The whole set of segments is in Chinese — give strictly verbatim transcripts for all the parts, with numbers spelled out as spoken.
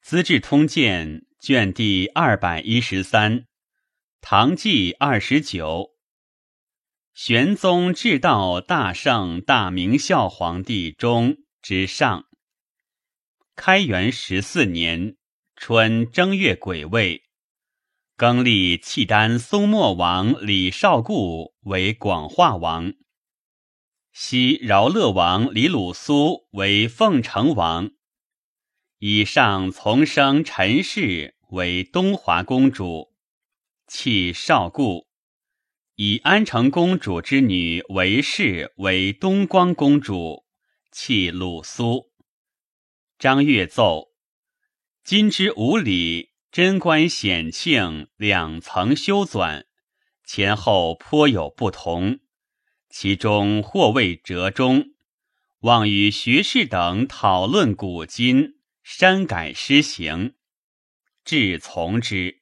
资治通鉴》卷第二百一十三，唐纪二十九。玄宗至道大圣大明孝皇帝中之上。开元十四年春正月癸未，更立契丹松漠王李绍固为广化王，西饶乐王李鲁苏为凤城王，以上从生陈氏为东华公主，弃绍固；以安成公主之女韦氏为东光公主，弃鲁苏。张悦奏：今之五礼，贞观显庆两层修纂，前后颇有不同，其中或未折中，望与学士等讨论古今，删改施行，至从之。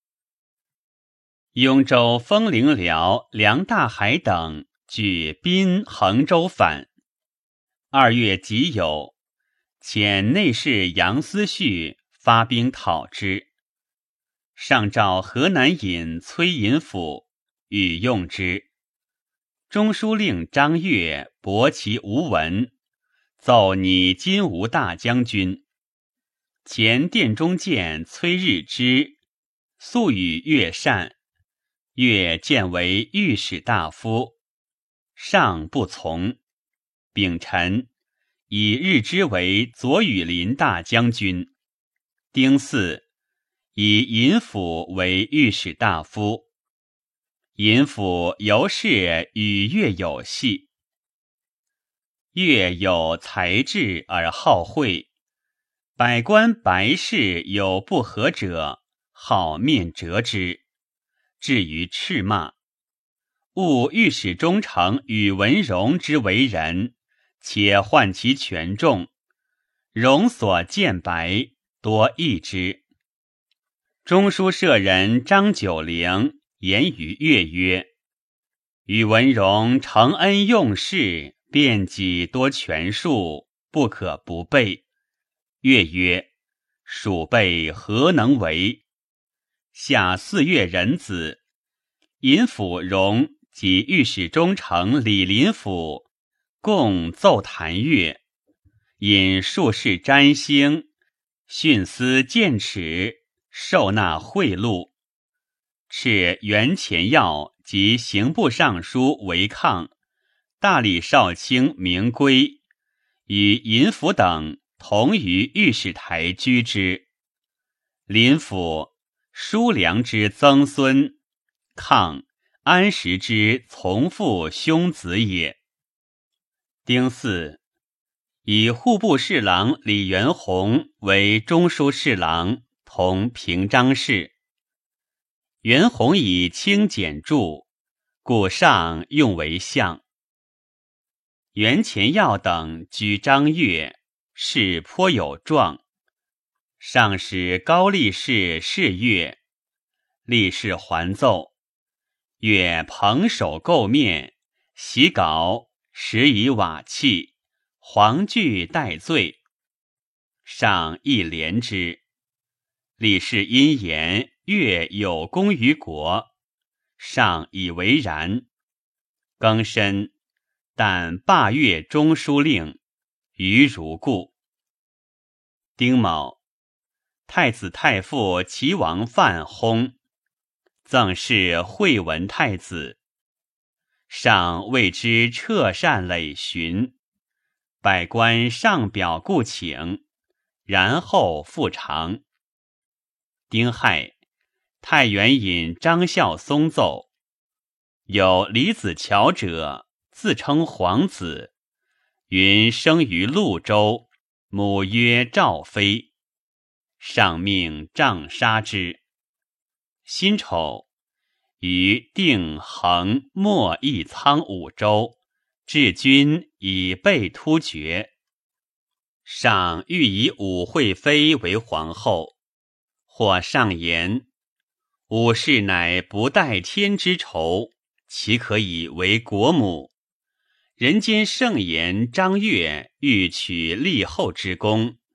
雍州丰陵僚梁大海等据滨衡州反。二月己酉，遣内侍杨思绪发兵讨之。上诏河南尹崔尹府，欲用之。中书令张悦驳其无闻，奏拟金吾大将军。前殿中监崔日之素与悦善，悦见为御史大夫，上不从。丙辰，以日之为左羽林大将军。丁巳，以尹府为御史大夫。尹府尤是与悦有隙。悦有才智而好会，百官白事有不合者，好面折之，至于斥骂。误御史中丞宇文荣之为人，且患其权重，荣所见白，多益之。中书舍人张九龄言于悦曰：宇文荣承恩用事，辩己多权术，不可不备。悦曰：鼠辈何能为？下四月壬子，尹府荣及御史中丞李林甫共奏弹乐，引术士占星，徇私见耻，受纳贿赂，敕袁前耀及刑部尚书违抗，大理少卿明归与尹府等同于御史台居之。林甫，叔良之曾孙，抗安石之从父兄子也。丁巳，以户部侍郎李元宏为中书侍郎，同平章事。元宏以清简著，故上用为相。袁前耀等居张悦，事颇有状。上使高力士试阅，力士还奏，悦捧手垢面，洗稿，时以瓦器，黄具待罪。上亦怜之。力士因言悦有功于国，上以为然。庚申，但罢阅中书令，余如故。丁卯，太子太傅齐王范薨，赠谥惠文太子。上为之彻善累寻，百官上表故请，然后复偿。丁亥，太原尹张孝松奏：有李子乔者，自称皇子，云生于潞州，母曰赵妃。上命杖杀之。辛丑，于定衡莫邑苍五州，治军以备突厥。上欲以武惠妃为皇后，或上言：武氏乃不待天之仇，岂可以为国母？人间盛言张悦欲取立后之功，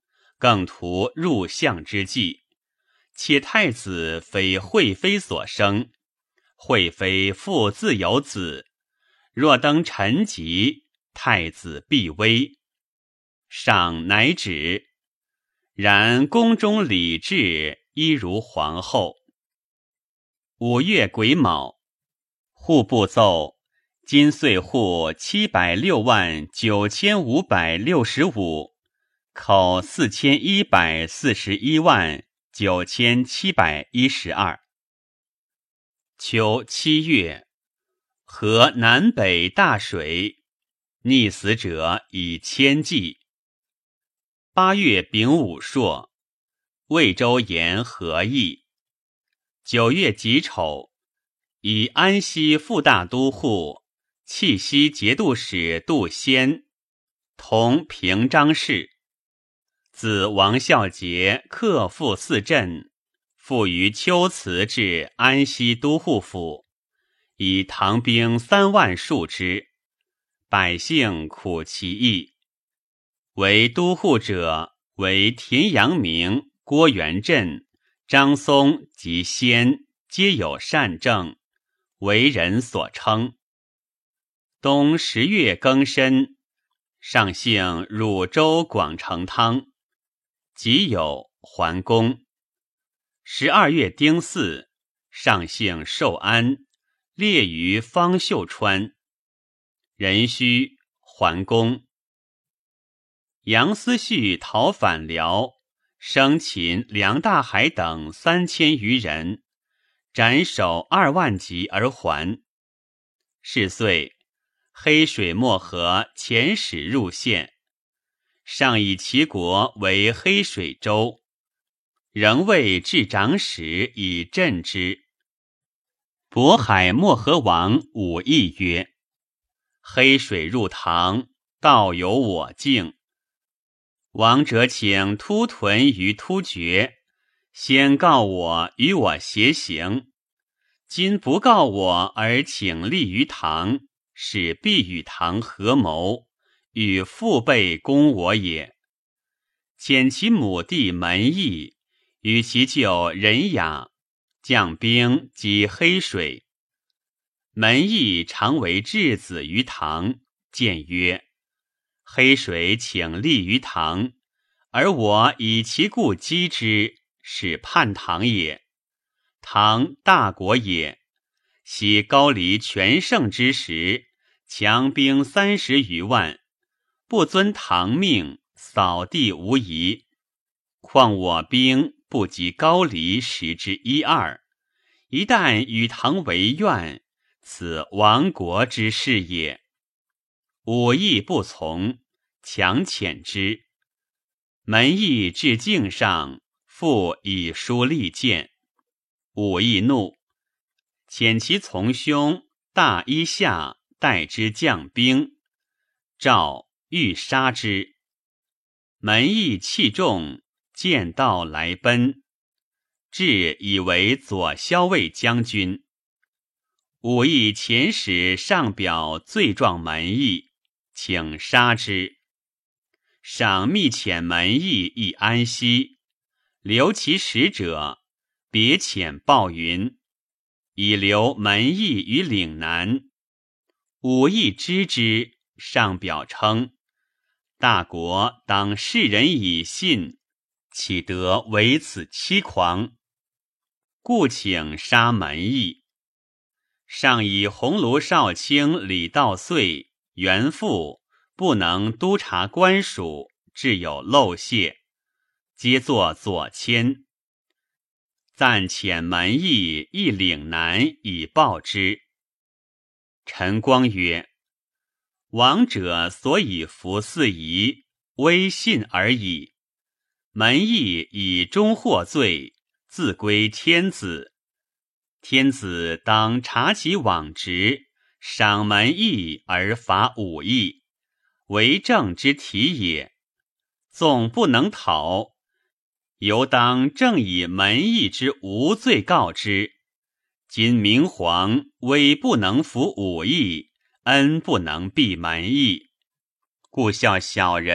更图入相之计。且太子非惠妃所生，惠妃复自有子，若登臣疾，太子必危。上乃止。然宫中礼制一如皇后。五月癸卯，户部奏金岁户七百六万九千五百六十五，口四千一百四十一万九千七百一十二。秋七月，河南北大水，溺死者以千计。八月丙午朔，魏州沿河邑。九月己丑，以安西副大都护、契西节度使杜仙同平章事。子王孝杰克复四镇，复于秋辞至安西都护府，以唐兵三万数之，百姓苦其役。为都护者为田阳明、郭元振、张松及先，皆有善政，为人所称。冬十月庚申，上幸汝州广成汤，己酉还宫。十二月丁巳，上幸寿安，列于方秀川。壬戌还宫。杨思绪逃反辽，生擒梁大海等三千余人，斩首二万级而还。是岁，黑水漠河遣使入县，上以齐国为黑水州，仍未置长史以镇之。渤海漠河王武义曰：黑水入唐，道有我境。王者请突屯于突厥，先告我与我偕行，今不告我而请立于唐，使必与唐合谋，与父辈攻我也。遣其母弟门邑与其舅任雅将兵击黑水。门邑常为质子于唐，谏曰：黑水请立于唐，而我以其故击之，使叛唐也。唐大国也，昔高丽全盛之时，强兵三十余万，不遵唐命，扫地无疑。况我兵不及高丽十之一二，一旦与唐为怨，此亡国之事也。武义不从，强遣之。门邑至境上，复以书力谏。武义怒，遣其从兄大一下代之将兵，诏欲杀之。门邑气重，见道来奔，至以为左骁卫将军。武义遣使上表罪状门邑，请杀之。上密遣门邑亦安西，留其使者，别遣报云，以留门邑于岭南。武义知之，上表称：大国当世人以信，岂得为此欺狂？故请杀门邑。上以鸿胪少卿李道遂、袁复不能督察官署，致有漏泄，皆作左迁。暂遣门邑亦岭南以报之。陈光曰：王者所以服四夷，威信而已。门邑以中获罪，自归天子。天子当察其往直，赏门邑而罚武邑，为政之体也。纵不能讨，犹当正以门邑之无罪告之。今明皇威不能服武邑，恩不能避门邑，故效小人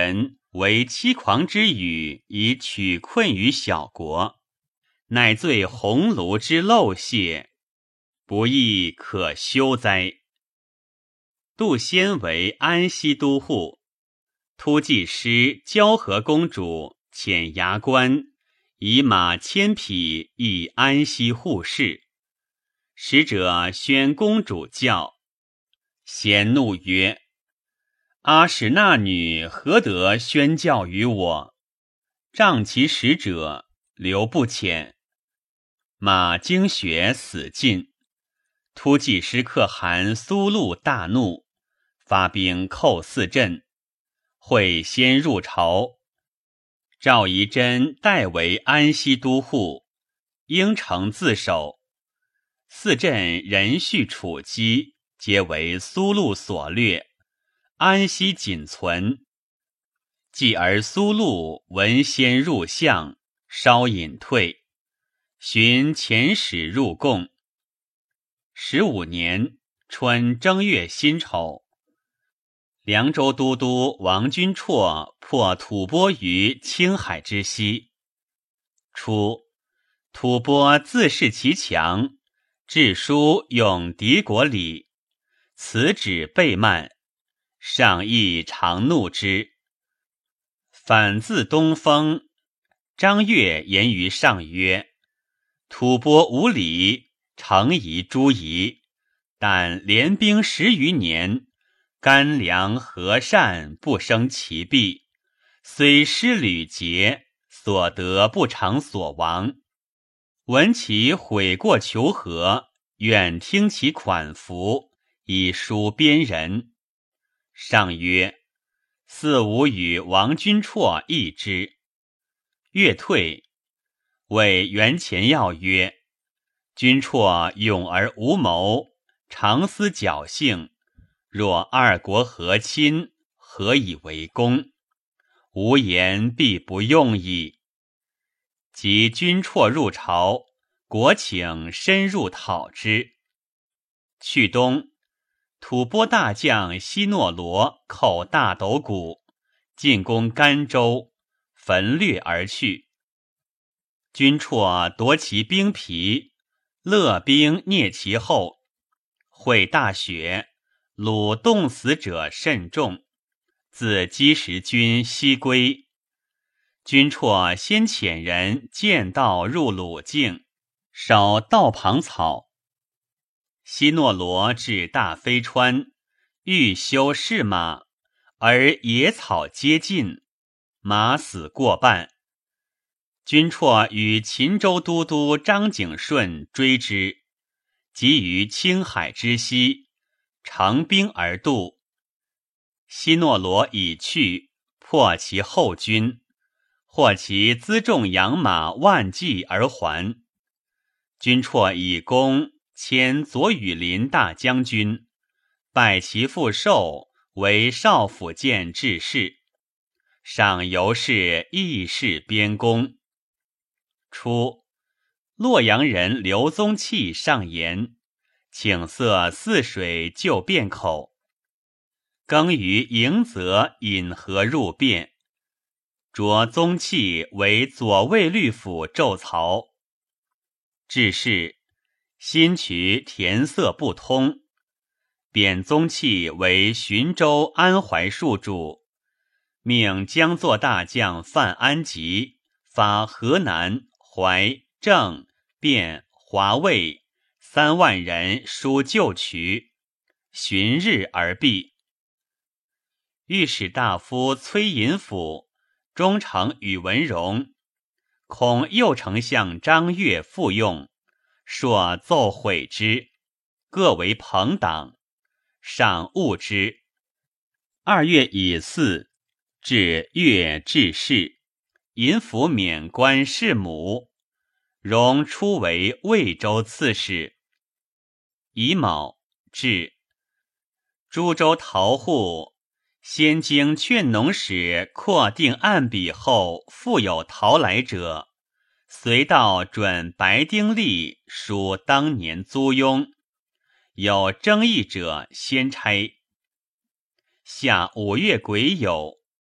为欺狂之语，以取困于小国，乃罪鸿胪之陋泄，不亦可休哉？杜仙为安西都护，突骑师交河公主遣牙关，以马千匹诣安西护事。使者宣公主教，贤怒曰：阿史那女何得宣教于我？杖其使者，留不遣。马经雪死尽。突骑师可汗苏禄大怒，发兵寇四镇，会先入朝。赵仪真代为安西都护，应城自守。四镇人畜处击，皆为苏禄所掠，安西仅存。继而苏禄闻先入相，稍隐退，寻遣使入贡。十五年春正月辛丑，凉州都督王君绰破吐蕃于青海之西。初，吐蕃自恃其强，致书用敌国礼，此旨备慢，上亦常怒之。反自东风，张悦言于上曰：吐蕃无礼，诚宜诛夷，但连兵十余年，干粮和善不生其弊，虽失屡捷，所得不偿所亡。闻其悔过求和，愿听其款服，以书边人。上曰：似吾与王君绰议之。越退，谓袁前要曰：君绰勇而无谋，常思侥幸，若二国和亲，何以为功？吾言必不用矣。及君绰入朝，国请深入讨之。去冬，吐蕃大将西诺罗寇大斗谷，进攻甘州，焚掠而去。君绰夺其兵皮，勒兵蹑其后。会大雪，虏冻死者甚众，自积石军西归。君绰先遣人见道入鲁境，烧道旁草。西诺罗至大飞川，欲修士马，而野草皆尽，马死过半。君绰与秦州都督张景顺追之，及于青海之西，乘兵而渡。西诺罗已去，破其后军，获其辎重养马万骑而还。君绰以功迁左羽林大将军，拜其父寿为少府监制事，上由是议事边功。初，洛阳人刘宗器上言，请塞泗水救汴口。更于迎泽引河入汴，擢宗器为左卫律府骤曹。致仕，新渠填塞不通，贬宗器为寻州安怀戍主，命将作大将范安吉发河南、淮、郑、汴、华魏三万人输旧渠，旬日而毕。御史大夫崔寅甫、中丞宇文荣，恐右丞相张悦复用，朔奏毁之，各为朋党，上恶之。二月乙巳，至越致仕，寅甫免官侍母，荣初为魏州刺史。乙卯，至株洲陶户，先经劝农使扩定案笔后，复有逃来者，随道准白丁利属当年租庸，有争议者先差。下五月癸酉，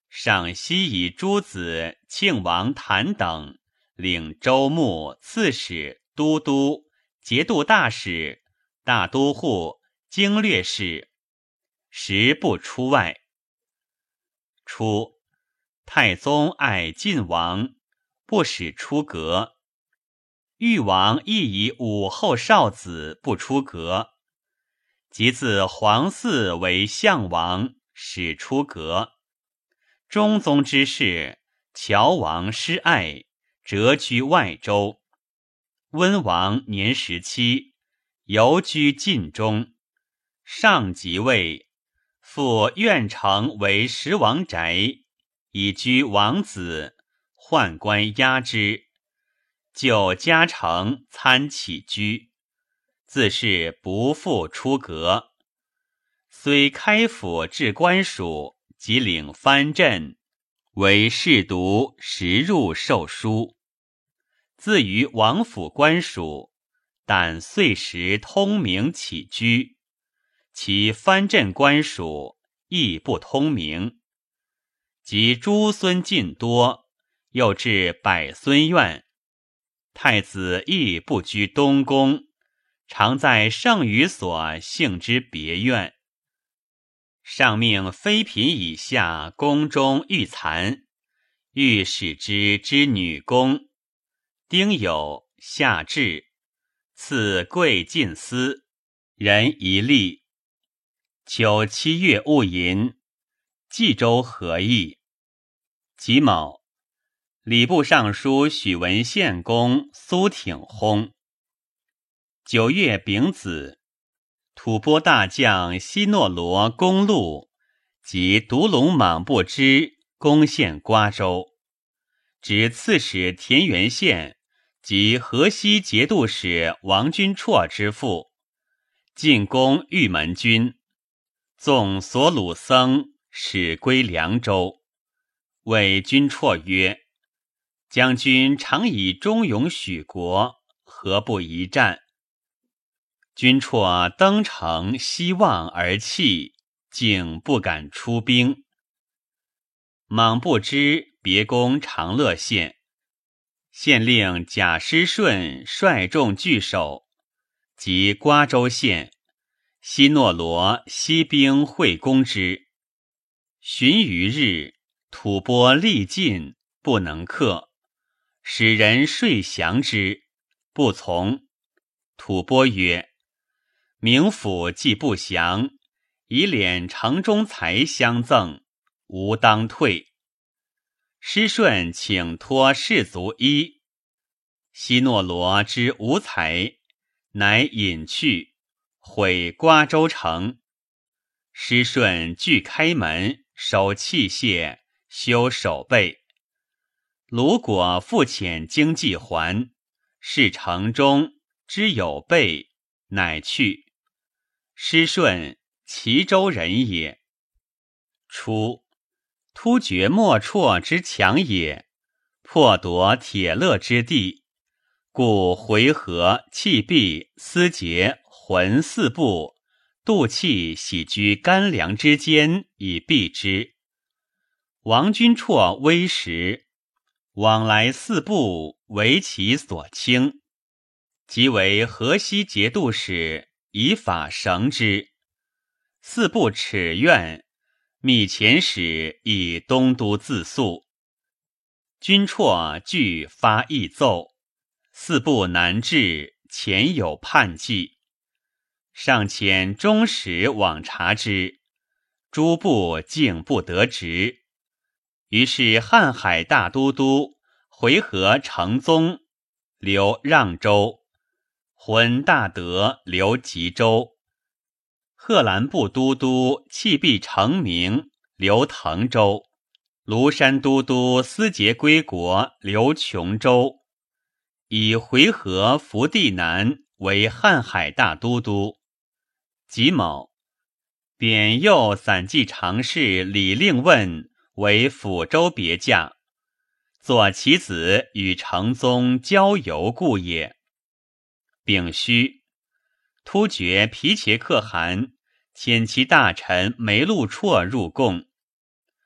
上西以诸子庆王谭等领州牧、刺史、都督、节度大使、大都护、经略使，时不出外。初，太宗爱晋王，不使出阁。豫王亦以武后少子不出阁，即自皇嗣为相王，使出阁。中宗之事，乔王失爱，谪居外州。温王年十七，游居晋中。上即位，复苑城为十王宅，以居王子，宦官压之，就家成参起居，自是不复出阁。虽开府置官署，即领藩镇，为侍读时入授书。自于王府官署，但岁时通明起居，其藩镇官署亦不通明。及诸孙尽多，又至百孙院，太子亦不居东宫，常在圣余所幸之别院。上命妃嫔以下宫中御残，欲使之之女工。丁酉，夏至，赐贵进司，人一例。秋七月戊寅，冀州合议。己卯，礼部尚书许文献公苏挺薨。九月丙子，吐蕃大将西诺罗攻陆及独龙莽不知攻陷瓜州，指刺史田元宪及河西节度使王君绰之父，进攻玉门军，纵所虏僧，使归凉州。谓君绰曰：将军常以忠勇许国，何不一战？君绰登城希望而泣，竟不敢出兵。莽不知别攻长乐县，县令贾师顺率众据守，及瓜州县，西诺罗西兵会攻之。旬余日，吐蕃力尽，不能克，使人说降之，不从。吐蕃曰：冥府既不降，以敛城中财相赠，吾当退。师顺请托士卒衣，西诺罗之无才，乃隐去，毁瓜州城。师顺拒开门，守器械，修守备。鲁果复遣经济还，视城中知有备，乃去。师顺，齐州人也。初，突厥莫绰之强也，破夺铁勒之地，故回纥、弃璧、思节、浑四部，度气喜居干粮之间，以避之。王君绰威时，往来四部，为其所轻，即为河西节度使，以法绳之。四部耻怨，密遣使以东都自诉。君绰具发议奏，四部难治，前有叛计。上遣中使往察之，诸部竟不得职。于是瀚海大都督回纥成宗，留让州；浑大德留吉州；贺兰部都督弃璧成明，留滕州；庐山都督思节归国，留琼州。以回纥福地南为瀚海大都督。己卯，贬右散骑常侍李令问为抚州别驾，作其子与成宗交游故也。丙戌，突厥皮切可汗遣其大臣梅禄绰入贡。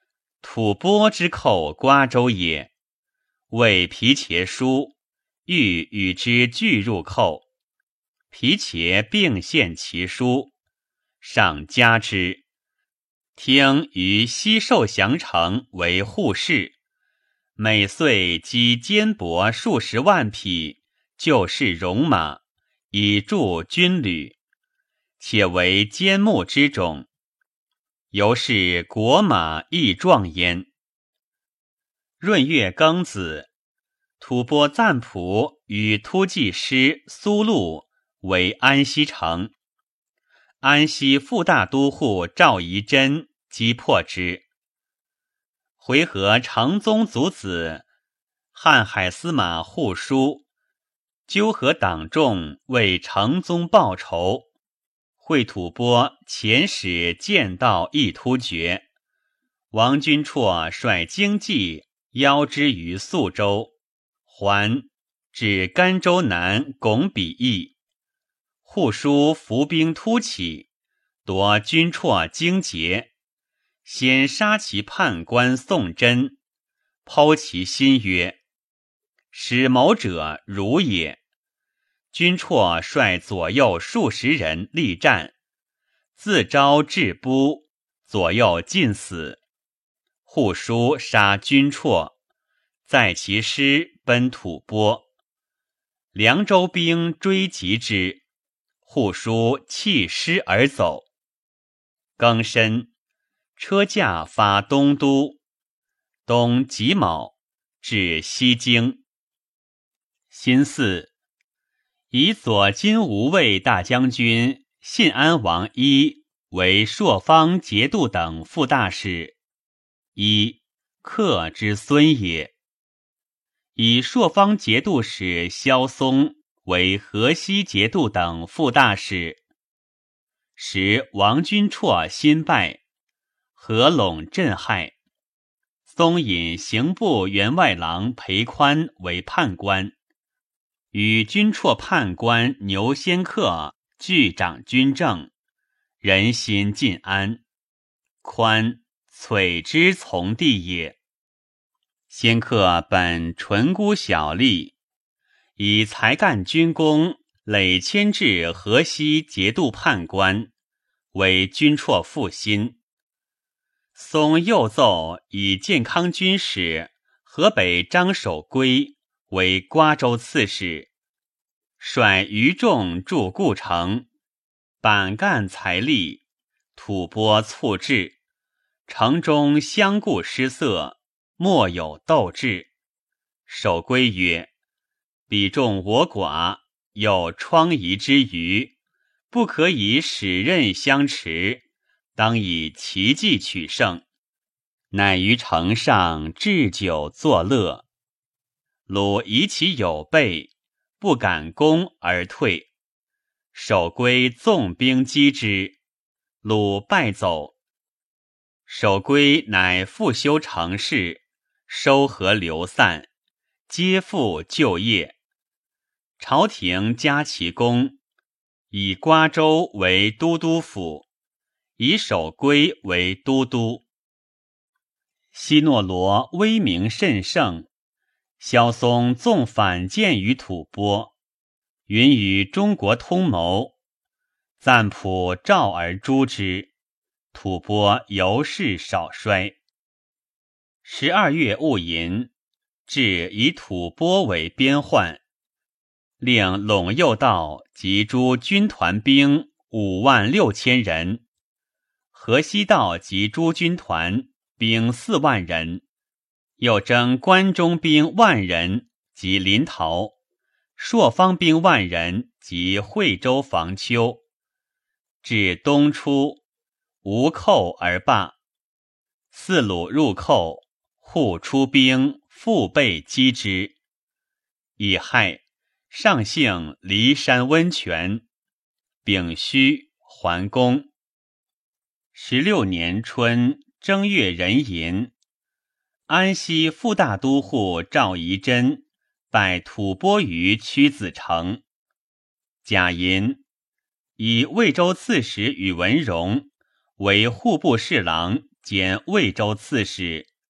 吐蕃之寇瓜州也。谓皮茄书，欲与之俱入寇。皮茄并献其书，上加之。听于西受降城为护士，每岁积坚帛数十万匹，就事戎马，以助军旅，且为坚木之种，由是国马亦壮焉。闰月庚子，吐蕃赞普与突骑师苏禄为安西城，安西副大都护赵仪真击破之。回纥成宗族子瀚海司马护书纠合党众为成宗报仇，会吐蕃遣使见到一突厥。王君绰率精骑邀之于宿州，还至甘州南拱彼邑。护书伏兵突起，夺君绰精节，先杀其判官宋真，剖其心曰：使谋者汝也。君绰率左右数十人力战，自招至都，左右尽死。护书杀君绰，载其师奔吐蕃。凉州兵追及之，护书弃师而走。庚申，车驾发东都，冬己卯，至西京。辛巳，以左金吾卫大将军信安王一为朔方节度等副大使，一客之孙也。以朔方节度使萧嵩为河西节度等副大使。时王君绰新败，合拢震撼。嵩引刑部员外郎裴宽为判官，与君绰判官牛仙客俱掌军政，人心尽安。宽璀之从弟也。仙客本纯孤小吏，以才干军功累迁至河西节度判官，为君绰腹心。嵩又奏以建康军使河北张守珪为瓜州刺史，率余众驻故城，板干财力，吐蕃促至，城中相顾失色，莫有斗志。守珪曰：彼众我寡，有疮痍之余，不可以使刃相持，当以奇计取胜。乃于城上置酒作乐。鲁疑其有备，不敢攻而退。守珪纵兵击之，鲁败走。守珪乃复修城市，收合流散，皆复就业。朝廷加其功，以瓜州为都督府，以守珪为都督。西诺罗威名甚盛，萧嵩纵反间于吐蕃，允与中国通谋，赞普召而诛之，吐蕃由是少衰。十二月戊寅，至以吐蕃为边患，令陇右道及诸军团兵五万六千人，河西道及诸军团兵四万人，又征关中兵万人及临洮，朔方兵万人及惠州防丘。至东出，无寇而罢。四鲁入寇，护出兵复被击之。乙亥，上幸骊山温泉。丙戌，还宫。十六年春正月壬寅，安西副大都护赵仪真拜吐蕃于屈子城。甲寅，以魏州刺史宇文荣为户部侍郎兼魏州刺史，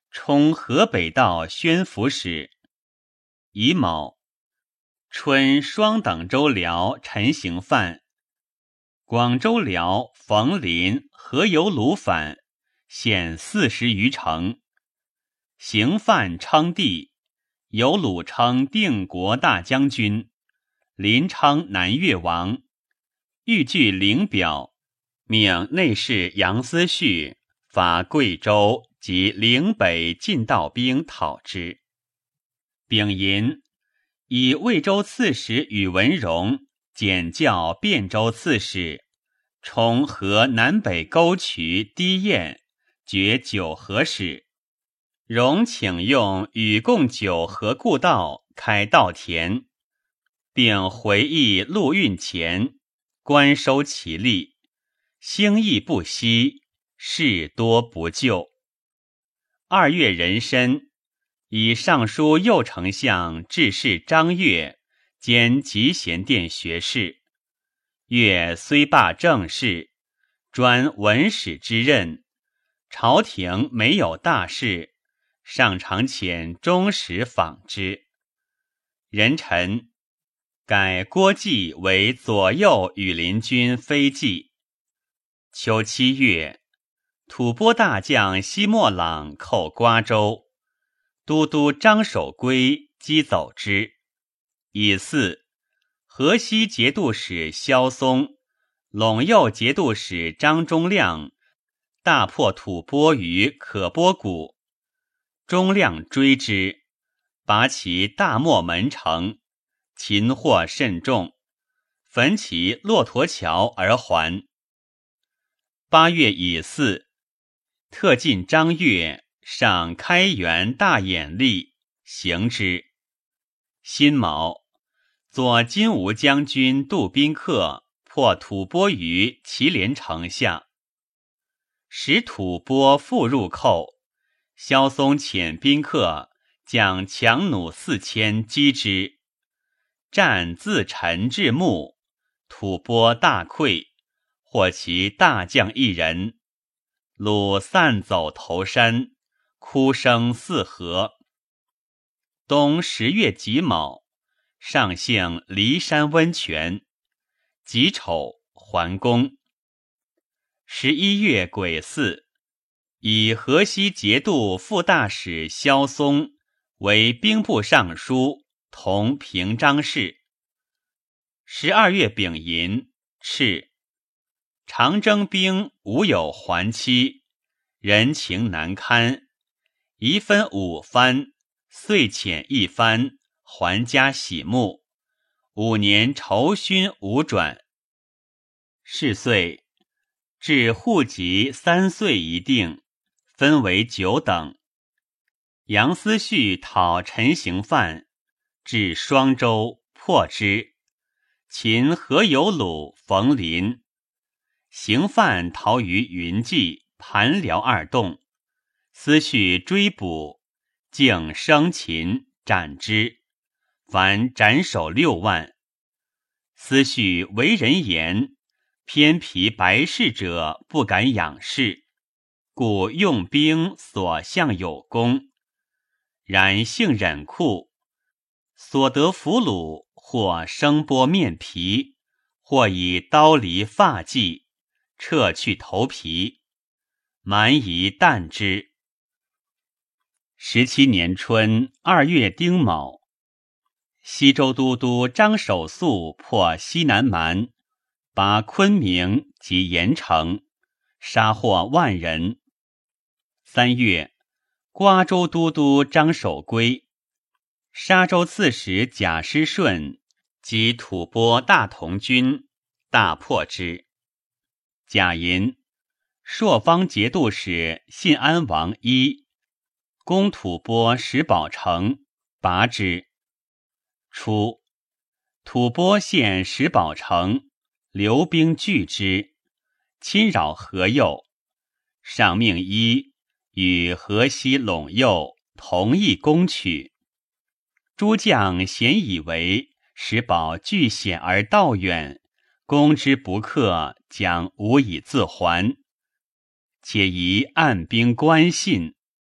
充河北道宣抚使。乙卯，春双等州辽陈行范，广州辽冯林何有鲁反，现四十余城。行范称帝，有鲁称定国大将军，林称南越王。欲据陵表，命内侍杨思绪发贵州及岭北进道兵讨之。丙寅，以魏州刺史宇文荣简教汴州刺史，充河南北沟渠堤堰，决九河使。荣请用禹贡九河故道开稻田，并回忆陆运前，官收其利，兴义不息，事多不就。二月壬申，以尚书右丞相致仕张悦兼集贤殿学士。悦虽罢政事，专文史之任，朝廷没有大事，上常遣中使访之。壬辰，改郭季为左右羽林军飞骑。秋七月，吐蕃大将西莫朗寇瓜州，都督张守珪击走之。乙巳，河西节度使萧嵩、陇右节度使张忠亮大破吐蕃于可波谷，忠亮追之，拔其大漠门城，擒获甚众，焚其骆驼桥而还。八月乙巳，特进张悦上开元大眼力，行之。辛卯，左金吾将军杜宾客破吐蕃于祁连城下，使吐蕃复入寇。萧嵩遣宾客将强弩四千击之，战自陈至暮，吐蕃大溃，获其大将一人。鲁散走投山，哭声四合。冬十月己卯，上幸骊山温泉。己丑，还宫。十一月癸巳，以河西节度副大使萧嵩为兵部尚书，同平章事。十二月丙寅，敕长征兵无有还期，人情难堪，宜分五番，岁遣一番，还家洗沐，五年酬勋无转。是岁，至户籍三岁一定，分为九等。杨思绪讨陈行范，至双州，破之，擒何有鲁、冯林。行范逃于云际、盘辽二洞，思绪追捕，竟生擒，斩之，凡斩首六万。思绪为人严，偏疲白事者不敢仰视，故用兵所向有功。然性忍酷，所得俘虏，或生剥面皮，或以刀离发髻，撤去头皮，蛮夷啖之。十七年春二月丁卯，西州都督张守素破西南蛮，拔昆明及盐城，杀获万人。三月，瓜州都督张守珪、沙州刺史贾师顺及吐蕃大同军，大破之。甲寅，朔方节度使信安王一攻吐蕃石宝城，拔之。初，吐蕃陷石宝城，留兵拒之，侵扰河右，上命一与河西陇右同意攻取。诸将咸以为石宝据险而道远，攻之不克，将无以自还，且宜按兵关信。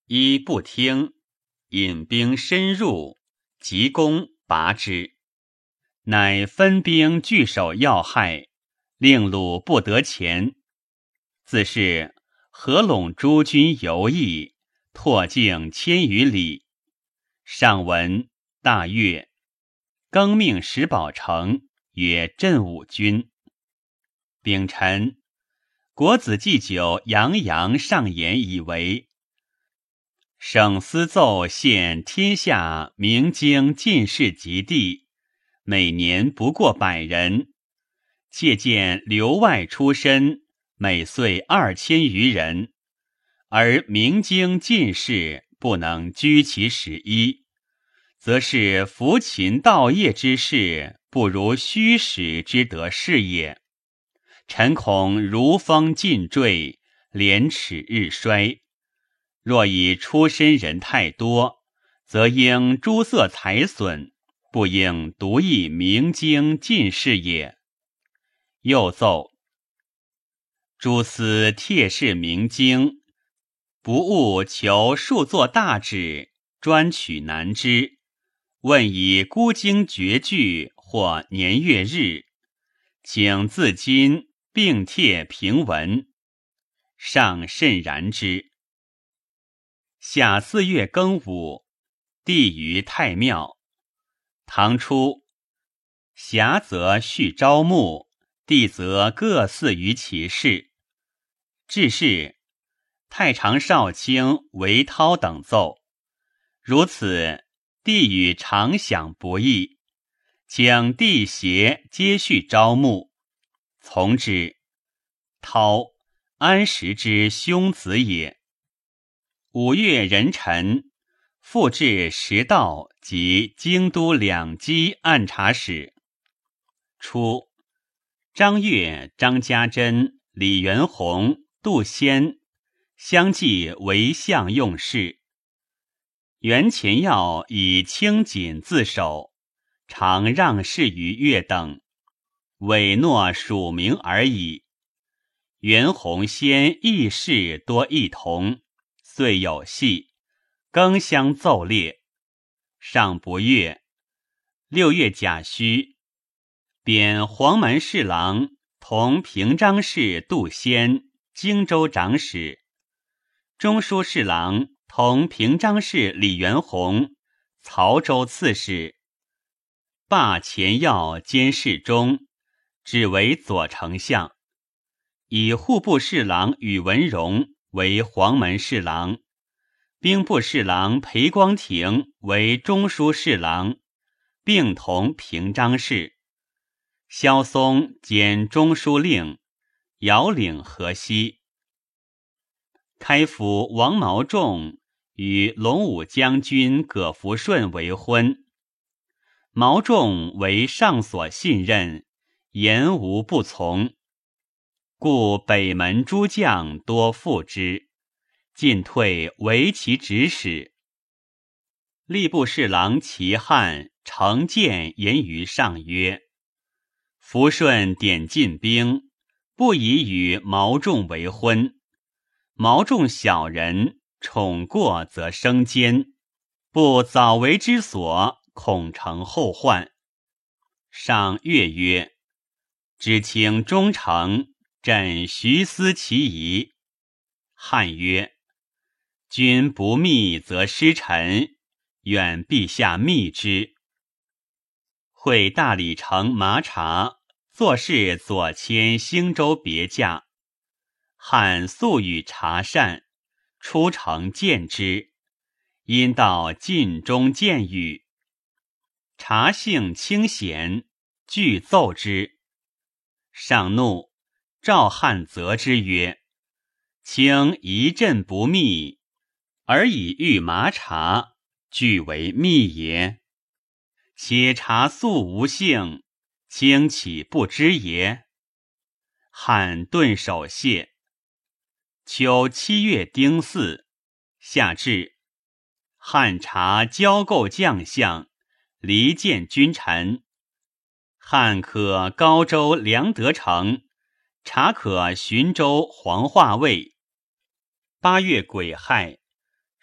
一不听，引兵深入，急攻拔之，乃分兵据守要害，令鲁不得前。自是合拢诸军游弋，拓境千余里。上文大悦，更命石宝成曰镇武军。丙辰，国子祭酒洋洋上言以为，省司奏献天下明经进士及第，每年不过百人，切见留外出身，每岁二千余人，而明经进士不能居其始一，则是服勤道业之事，不如虚实之得事也。臣恐如风尽坠，廉耻日衰。若以出身人太多，则应诸色财损，不应独议明经进士也。又奏诸司帖示明经，不务求数作大旨，专取难之，问以孤经绝句或年月日，请自今并帖平文，上甚然之。夏四月庚午，帝于太庙。唐初，侠则续招募，帝则各祀于其事。至是，太常少卿韦涛等奏，如此，帝与常享不义，请帝协皆续招募，从之。涛，安石之兄子也。五月壬辰，复置石道及京都两畿按察使。初，张悦、张家珍、李元宏、杜仙相继为相用事。袁潜要以清谨自守，常让事于越等，委诺署名而已。袁宏先议事多异同，遂有隙，更相奏列。上不悦。六月甲戌，贬黄门侍郎同平章事杜仙荆州长史，中书侍郎同平章事李元宏曹州刺史，罢前要兼侍中，只为左丞相，以户部侍郎宇文荣为黄门侍郎，兵部侍郎裴光庭为中书侍郎，并同平章事。萧嵩兼中书令，遥领河西。开府王毛仲与龙武将军葛福顺为婚，毛仲为上所信任，言无不从，故北门诸将多附之，进退为其指使。吏部侍郎齐汉承谏言于上曰：福顺点进兵，不宜与毛仲为婚。毛仲小人，宠过则生奸，不早为之所，恐成后患。上悦曰：只请忠诚，朕徐思其宜。汉曰：君不密则失臣，愿陛下密之。会大理丞麻察做事左迁兴州别驾，汉素与察善，出城见之，因到晋中见语。察性清闲，具奏之。上怒，召汉责之曰：卿一阵不密，而以御麻察，俱为密也。且察素无性，卿岂不知也？汉顿首谢。秋七月丁巳，夏至，汉察交构将相，离间君臣。汉可高州梁德成，察可寻州黄化卫。八月癸亥，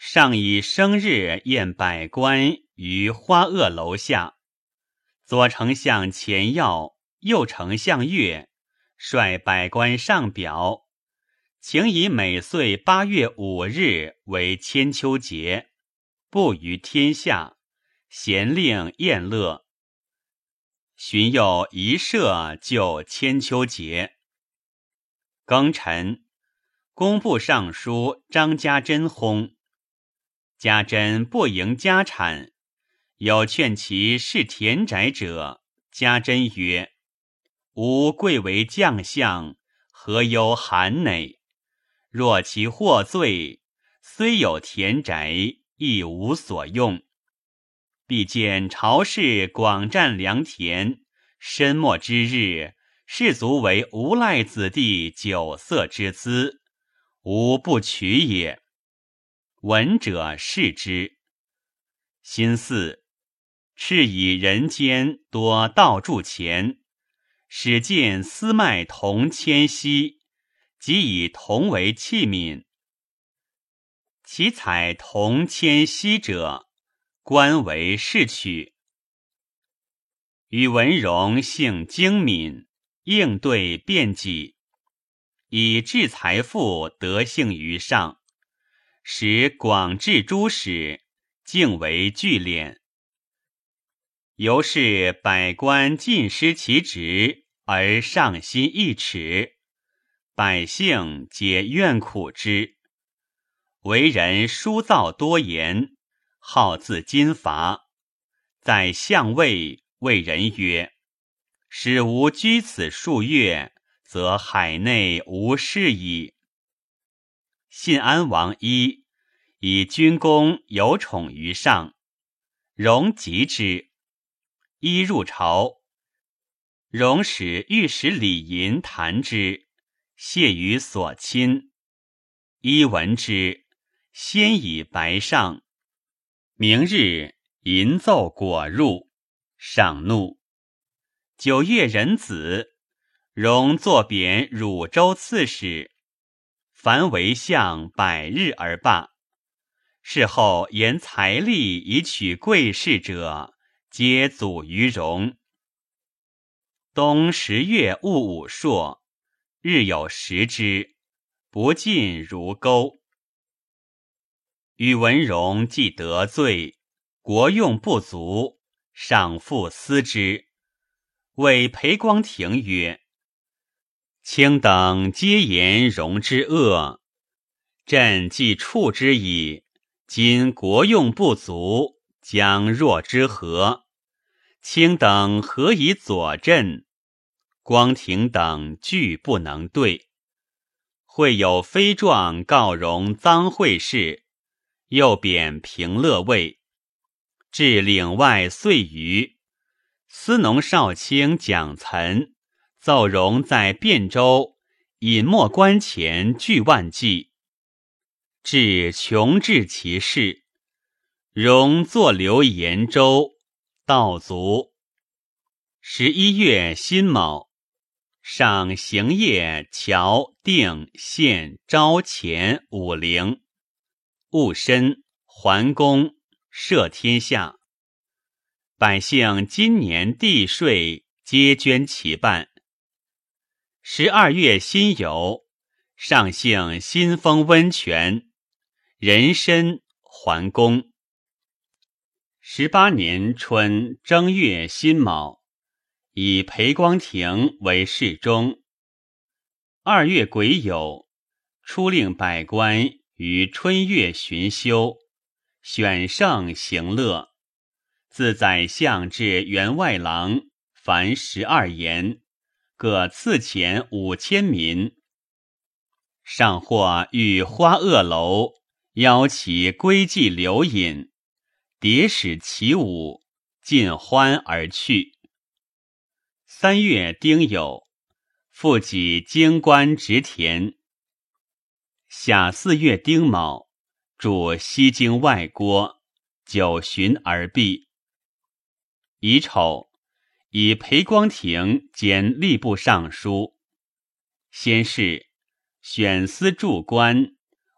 上以生日宴百官于花萼楼下，左丞相钱耀，右丞相岳率百官上表，请以每岁八月五日为千秋节，布于天下，咸令宴乐。荀又一设就千秋节。庚辰，工部尚书张家珍薨。家珍不营家产，有劝其弑田宅者，家珍曰：吾贵为将相，何忧寒馁？若其获罪，虽有田宅，亦无所用。必见朝士广占良田，申末之日，士卒为无赖子弟酒色之资，吾不取也。闻者视之。辛巳，敕以人间多盗铸钱，始见丝麦铜铅锡，即以铜为器皿。其采铜铅锡者，官为士取。宇文融性精敏，应对辩己，以致财富得幸于上，使广治诸史，竟为聚敛。由是百官尽失其职，而上心一耻，百姓皆怨苦之。为人疏躁多言，好自金伐，在相位谓人曰：使吾居此数月，则海内无事矣。信安王一以军功有宠于上，荣及之。一入朝，荣使御史李寅弹之，谢于所亲。一闻之，先以白上。明日，银奏果入，上怒。九月壬子，荣作贬汝州刺史，凡为相百日而罢。事后言财力以取贵士者，皆阻于荣。冬十月戊午朔，日有食之，不尽如钩。宇文融既得罪，国用不足，上复思之，谓裴光庭曰：卿等皆言融之恶，朕既处之矣，今国用不足，将若之何？卿等何以佐朕？光庭等拒不能对。会有飞状告融赃贿事，又贬平乐尉，至岭外岁余。司农少卿蒋岑奏融在汴州隐没关前巨万计，至穷至其事。融坐留延州，道卒。十一月辛卯，上行业谯定县招前武陵，戊申桓公，赦天下。百姓今年地税皆捐其半。十二月辛酉，上幸新丰温泉，壬申桓公。十八年春正月辛卯，以裴光庭为侍中。二月癸酉，出令百官于春月巡修，选圣行乐。自宰相至员外郎，凡十二言，各赐钱五千民。上或遇花萼楼，邀其归祭留饮，迭使其舞，尽欢而去。三月丁酉，复己京官职田。夏四月丁卯，驻西京外郭，九旬而毕。乙丑，以裴光庭兼吏部尚书。先是选司驻官，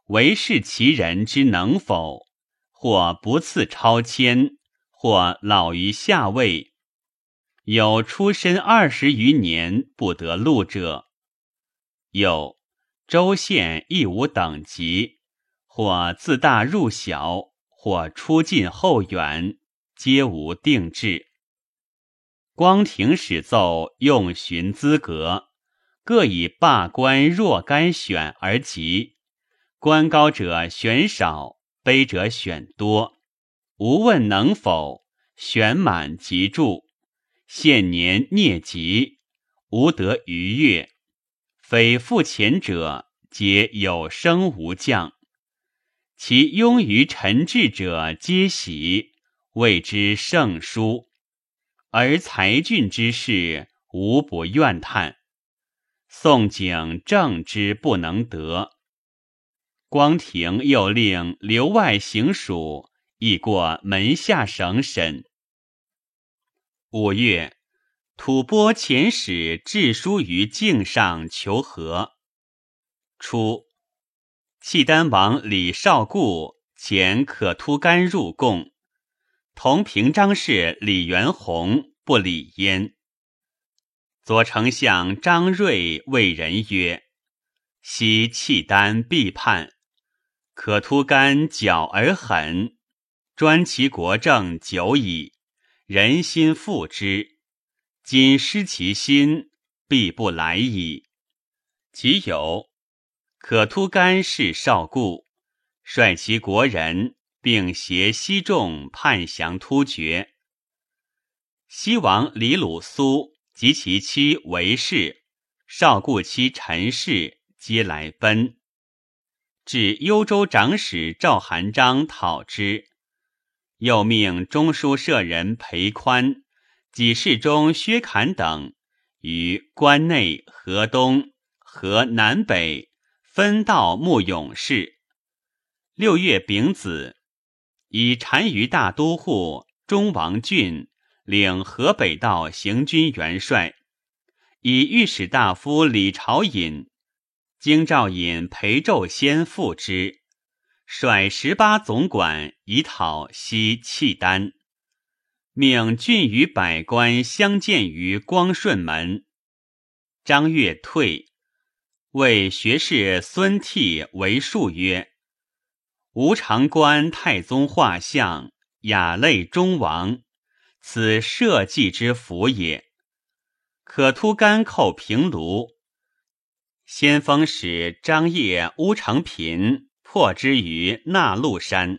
唯是其人之能否，或不次超迁，或老于下位，有出身二十余年不得禄者。有州县亦无等级，或自大入小，或出近后远，皆无定制。光庭始奏用循资格，各以罢官若干选而集，官高者选少，卑者选多，无问能否，选满即注，现年孽吉，无得逾越。非复前者，皆有升无降。其庸于臣治者皆喜，谓之圣书。而才俊之士，无不怨叹。宋景正之不能得。光庭又令留外行署，亦过门下省审。五月，吐蕃遣使致书于境上求和。初，契丹王李绍固遣可突干入贡，同平章事李元宏不理焉。左丞相张瑞谓人曰：昔契丹必叛，可突干狡而狠，专其国政久矣，人心复之，今失其心，必不来矣。其有可突干是少固，率其国人，并携西众叛降突厥。西王李鲁苏及其妻韦氏、少固妻陈氏皆来奔，至幽州长史赵韩章讨之，又命中书舍人裴宽、给事中薛侃等于关内、河东、河南北分道募勇士。六月丙子，以单于大都护中王俊领河北道行军元帅，以御史大夫李朝隐、京兆尹裴胄先副之，率十八总管以讨西契丹。命郡与百官相见于光顺门。张悦退，谓学士孙悌为数曰：吾常观太宗画像，雅类中王，此社稷之福也。可突干寇平卢，先锋使张掖乌承平破之于纳禄山。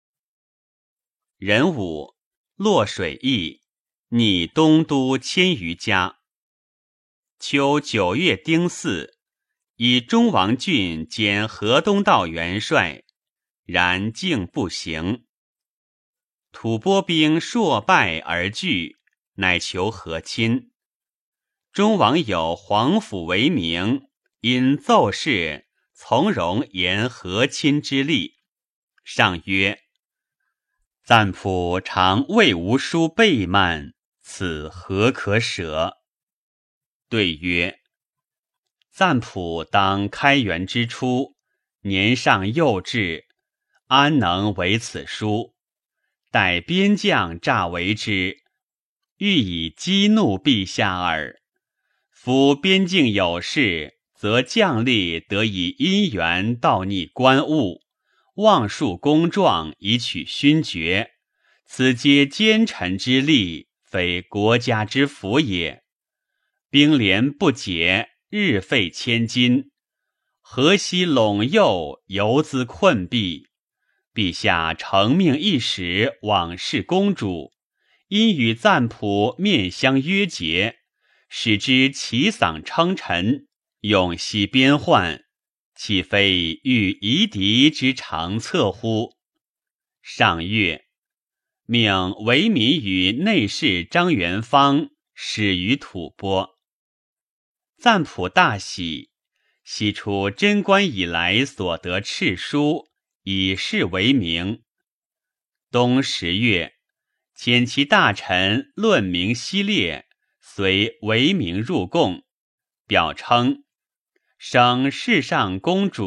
壬午，洛水驿，拟东都千余家。秋九月丁巳，以中王俊兼河东道元帅，然竟不行。吐蕃兵数败而拒，乃求和亲。中王有皇甫为名，因奏事从容言和亲之力。上曰：赞普常为吾书备慢，此何可舍？对曰：赞普当开元之初，年尚幼稚，安能为此书？待边将诈为之，欲以激怒陛下耳。夫边境有事，则将吏得以因缘盗逆官物，妄述公状以取勋爵，此皆奸臣之利，非国家之福也。兵连不解，日费千金，河西陇右，犹兹困敝。陛下承命一时往视公主，因与赞普面相约结，使之齐嗓称臣，永息边患，岂非欲夷狄之长策乎？上月，命为民与内侍张元芳始于吐蕃。赞普大喜，悉出贞观以来所得敕书，以示为名。冬十月，遣其大臣论明西列，随为名入贡，表称省世上公主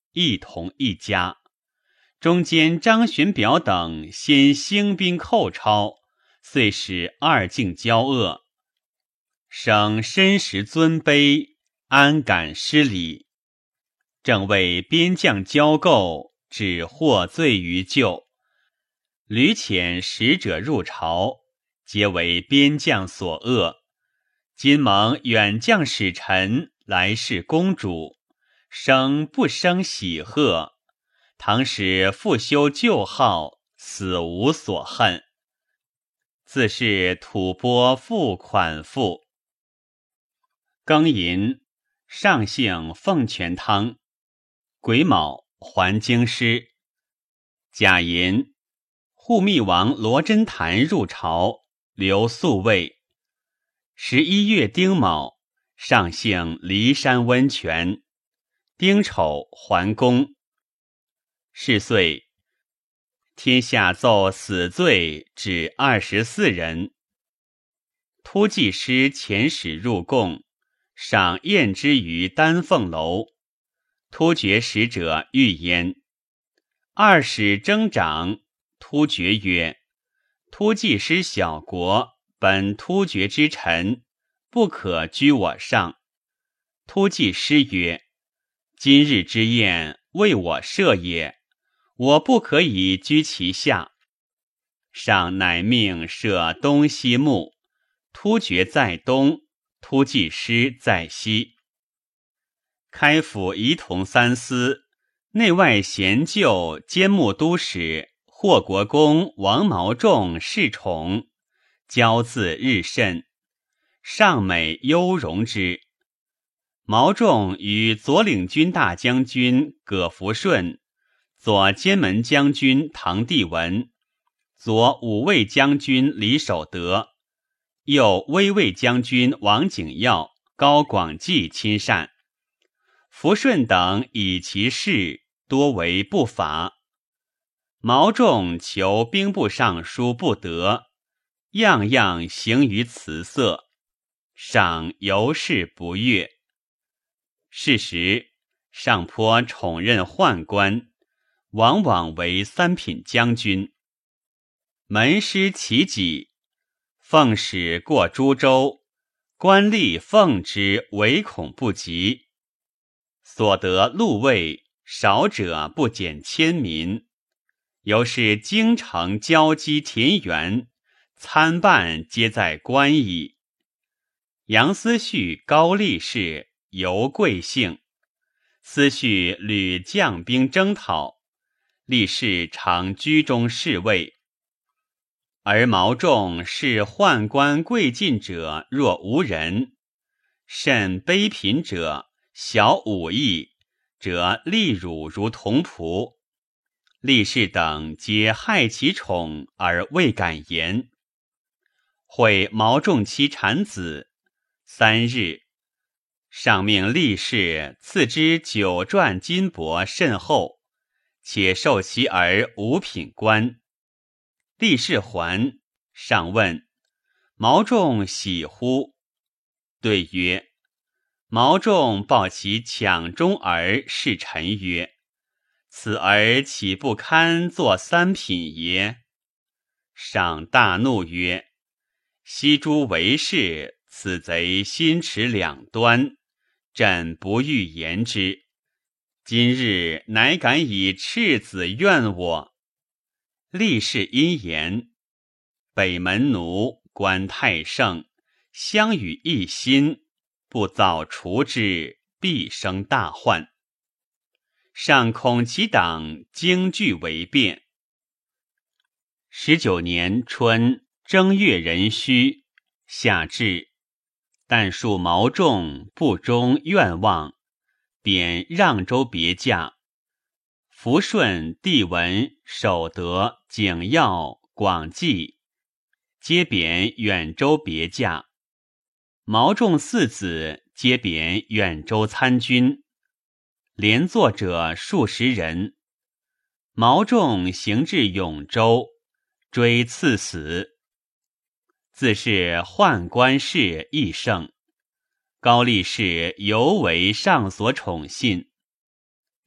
一同一家。中间张巡表等先兴兵寇超，遂使二境交恶。生身时尊卑，安敢失礼？正为边将交构，只获罪于旧。屡遣使者入朝，皆为边将所恶。今蒙远将使臣来侍公主，生不生喜贺。唐使复修旧号，死无所恨。自是吐蕃复款赋。庚寅，上幸奉全汤。癸卯，还京师。甲寅，护密王罗真坛入朝，留宿卫。十一月丁卯，上幸骊山温泉。丁丑，还宫。是岁，天下奏死罪止二十四人。突骑师遣使入贡，赏宴之于丹凤楼。突厥使者欲焉。二使征长，突厥曰：突骑师小国，本突厥之臣，不可居我上。突骑师曰：今日之宴，为我设也，我不可以居其下。上乃命设东西幕，突厥在东，突骑师在西。开府仪同三司、内外贤旧兼牧都使霍国公王毛仲侍宠，骄自日甚，上美优容之。毛仲与左领军大将军葛福顺、左监门将军唐帝文、左武卫将军李守德、右威卫将军王景耀、高广济亲善。福顺等以其事多为不法。毛仲求兵部尚书不得，样样行于辞色，上尤是不悦。是时，上颇宠任宦官，往往为三品将军。门师其己，奉使过诸州，官吏奉之，唯恐不及。所得禄位少者不减千民，由是京城交击田园，参办皆在官矣。杨思绪高力士，尤贵姓。思绪屡将兵征讨，力士常居中侍卫。而毛仲视宦官贵近者若无人，甚卑贫者小武艺者力辱如童仆。力士等皆害其宠而未敢言。会毛仲妻产子，三日，上命力士赐之九转金帛甚厚，且授其儿五品官。力士还，上问毛仲喜乎？对曰：毛仲报其抢中儿是臣曰：此儿岂不堪作三品耶？上大怒曰：西诸为士，此贼心持两端，朕不欲言之。今日乃敢以赤子怨我。力士因言：北门奴观太盛，相与一心，不早除之，必生大患。上恐其党惊惧为变。十九年春正月壬戌，夏至，但数毛仲不忠愿望，贬让州别驾。福顺、帝文、守德、景耀、广济皆贬远州别驾。毛仲四子皆贬远州参军，连坐者数十人。毛仲行至永州，追赐死。自是宦官事益盛，高力士尤为上所宠信。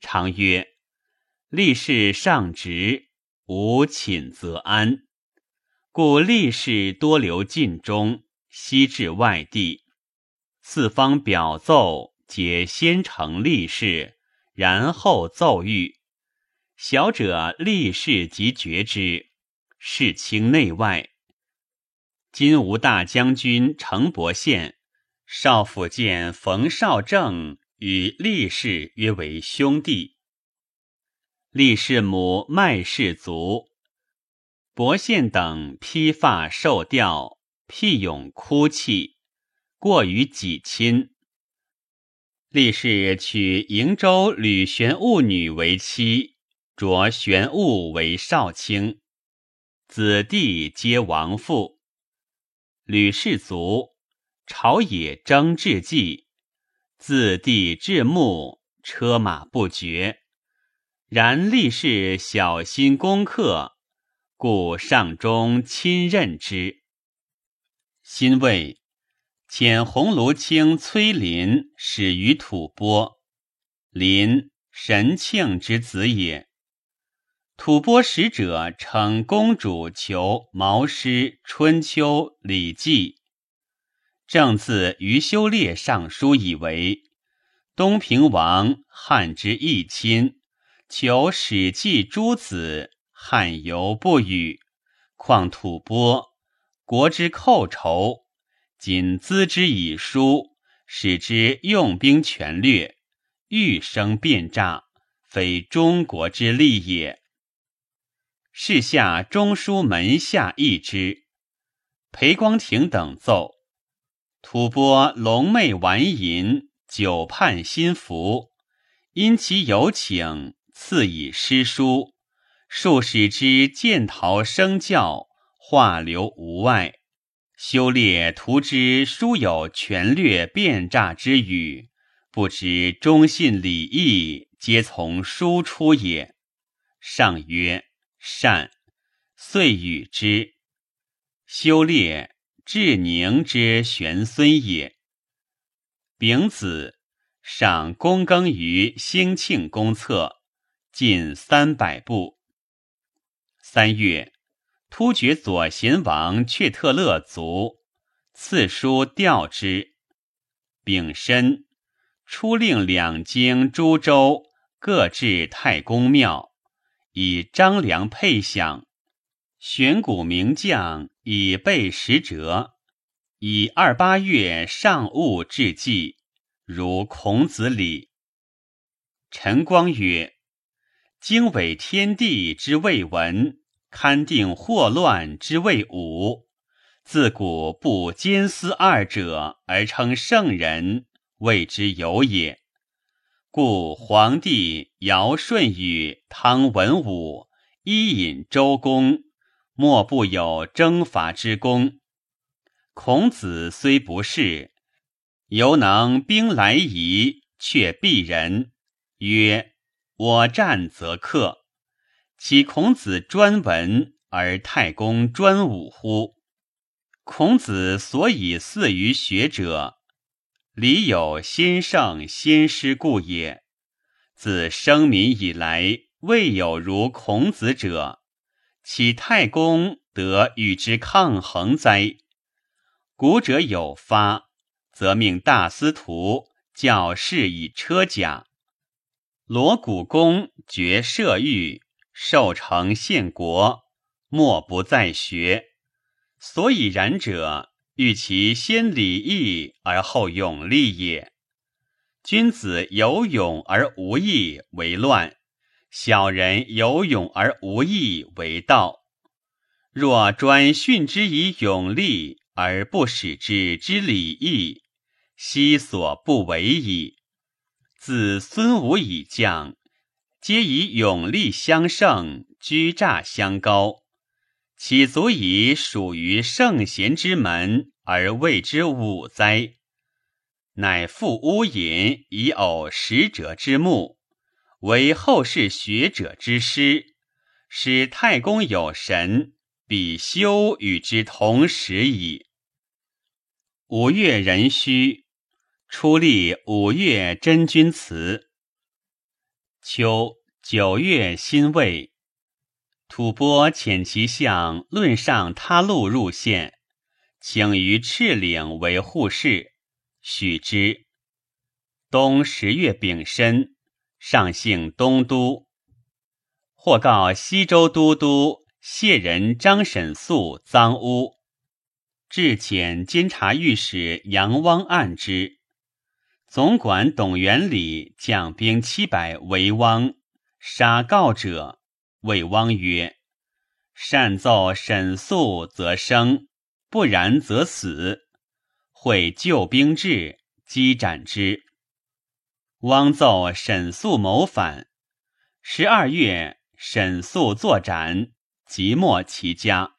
常曰：立士上直，无寝则安。故立士多留晋中，西至外地，四方表奏，皆先成立士，然后奏谕。小者立士即决之，事清内外。今吴大将军程伯宪、少府监冯绍正与立士约为兄弟。立士母麦氏族，伯宪等披发受吊，辟咏哭泣，过于己亲。立士娶瀛州吕玄务女为妻，擢玄务为少卿，子弟皆亡父。吕氏族，朝野争治计，自地至墓，车马不绝。然立士小心攻克，故上中亲任之。辛未，遣鸿胪卿崔林始于吐蕃。林，神庆之子也。吐蕃使者称公主求毛诗、春秋、礼记。正自于修烈上书以为，东平王汉之义亲，求史记诸子，汉犹不与，况吐蕃国之寇仇，今资之以书，使之用兵权略，欲生变诈，非中国之利也。是下中书门下议之。裴光庭等奏，吐蕃龙媚玩淫，久盼心服，因其有请，赐以诗书，数使之剑逃生教，话流无外。修烈图之书有权略变诈之语，不知忠信礼义，皆从书出也。上曰：善。遂与之。修烈，至宁之玄孙也。丙子，上躬耕于兴庆公厕，近三百步。三月，突厥左贤王却特勒卒，赐书吊之。丙申，初令两京诸州各置太公庙，以张良配享。选古名将以备使者，以二八月上戊致祭，如孔子礼。陈光曰：经纬天地之谓文，勘定祸乱之谓武。自古不兼思二者而称圣人，谓之有也。故黄帝尧舜禹汤文武伊尹周公，莫不有征伐之功。孔子虽不是，犹能兵来夷，却鄙人，曰：我战则克。岂孔子专文，而太公专武乎？孔子所以似于学者，礼有先圣先师故也。自生民以来，未有如孔子者，岂太公得与之抗衡哉？古者有发，则命大司徒教士以车甲。罗谷公绝射御，受成献国，莫不在学。所以然者，欲其先礼义而后勇力也。君子有勇而无义为乱，小人有勇而无义为道。若专训之以勇力，而不使之知礼义，悉所不为矣。自孙武以降，皆以勇力相胜，居诈相高，岂足以属于圣贤之门，而谓之武哉？乃复乌隐以偶使者之目，为后世学者之师，使太公有神，比修与之同时矣。五月壬戌，初立五岳真君祠。 秋九月辛未，吐蕃遣其相论上他路入县，请于赤岭为护士，许之。冬十月丙申，上幸东都。或告西州都督谢人张沈肃赃污，至遣监察御史杨汪按之。总管董元礼将兵七百围汪，杀告者。谓汪曰：善奏沈肃则生，不然则死。会救兵至，击斩之。汪奏沈肃谋反。十二月，沈肃作斩，即没其家。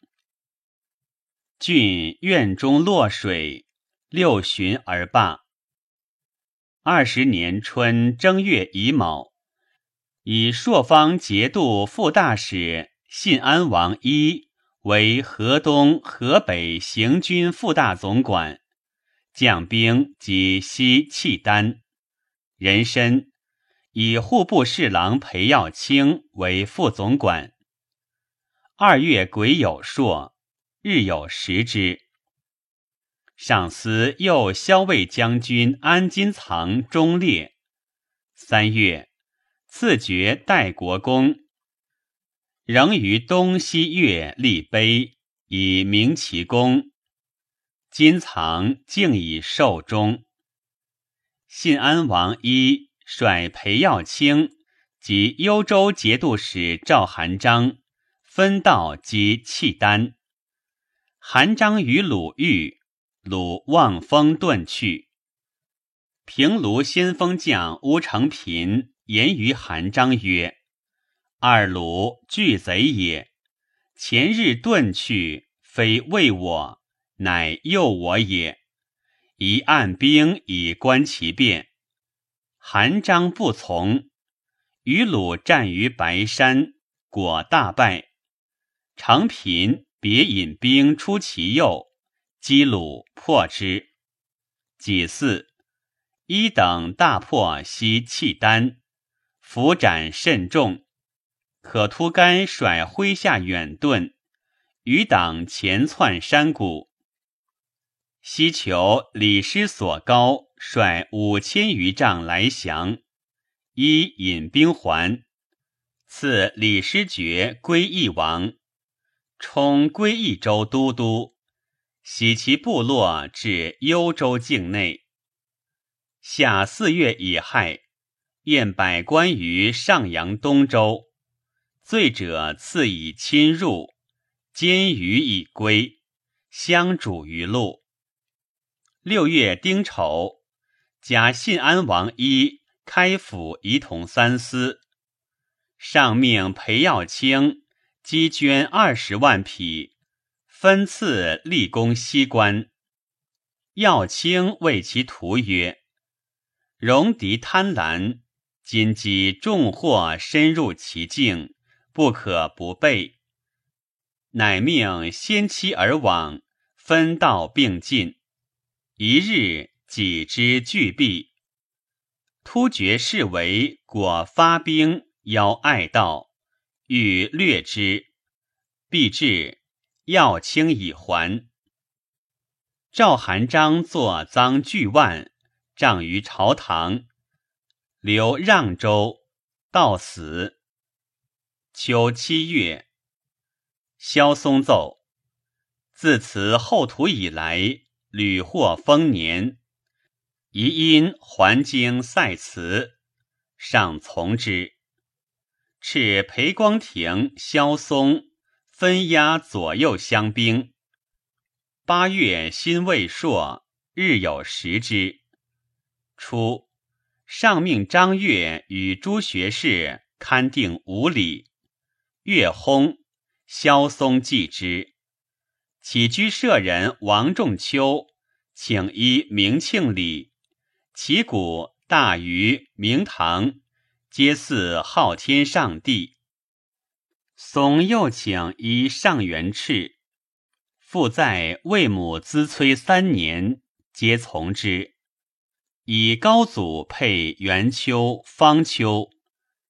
郡院中落水，六旬而罢。二十年春正月乙卯，以朔方节度副大使信安王一为河东、河北行军副大总管，将兵及西契丹。人参以户部侍郎裴耀卿为副总管。二月癸酉朔，日有食之。上司右骁卫将军安金藏忠烈。三月，赐爵代国公。仍于东西岳立碑，以明其功。金藏竟以寿终。信安王一率裴耀卿及幽州节度使赵韩章分道击契丹。韩章与鲁豫，鲁望风遁去。平卢先锋将乌承平言于韩章曰：二鲁巨贼也，前日遁去，非为我，乃诱我也。宜按兵以观其变。韩章不从，与鲁战于白山，果大败。承平别引兵出其右，击鲁破之。己巳，一等大破西契丹，伏斩甚众。可突干率麾下远遁，余党前窜山谷。西求李师所高率五千余丈来降，一引兵还，赐李师爵归义王，充归义州都督，徙其部落至幽州境内。夏四月乙亥，宴百官于上阳东州，罪者赐以侵入，监于以归，相主于路。六月丁丑，假信安王一开府仪同三司，上命裴耀卿积捐二十万匹，分赐立功西关。耀卿谓其徒曰：戎狄贪婪，今击重祸深入其境，不可不备。乃命先期而往，分道并进。一日，己之俱毕。突厥士为果发兵邀爱道，欲掠之。必至，耀卿已还。赵韩章作赃巨万，杖于朝堂，留让州，到死。秋七月，萧嵩奏：自此后土以来，屡获丰年，宜因还京塞辞，上从之。敕裴光庭、萧嵩分押左右乡兵。八月辛未朔，日有食之。初，上命张悦与诸学士勘定五里，乐薨，萧嵩继之。起居舍人王仲秋请依明庆礼，其鼓大禹、明堂皆祀昊天上帝。嵩又请依上元敕，复在为母资催三年，皆从之。以高祖配元丘、方丘，